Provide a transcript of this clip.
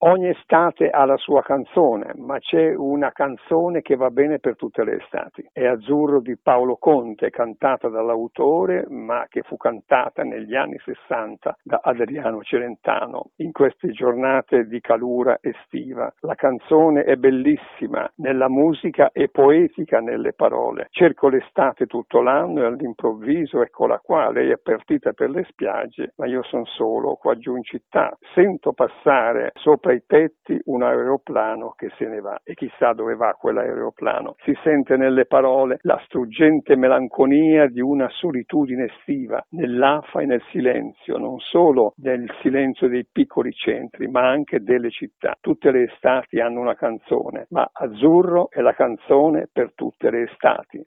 Ogni estate ha la sua canzone, ma c'è una canzone che va bene per tutte le estati. È Azzurro di Paolo Conte, cantata dall'autore, ma che fu cantata negli anni 60 da Adriano Celentano, in queste giornate di calura estiva. La canzone è bellissima nella musica e poetica nelle parole. Cerco l'estate tutto l'anno e all'improvviso eccola qua, lei è partita per le spiagge, ma io son solo qua giù in città. Sento passare sopra i tetti un aeroplano che se ne va e chissà dove va quell'aeroplano. Si sente nelle parole la struggente melanconia di una solitudine estiva, nell'afa e nel silenzio, non solo nel silenzio dei piccoli centri, ma anche delle città. Tutte le estati hanno una canzone, ma Azzurro è la canzone per tutte le estati.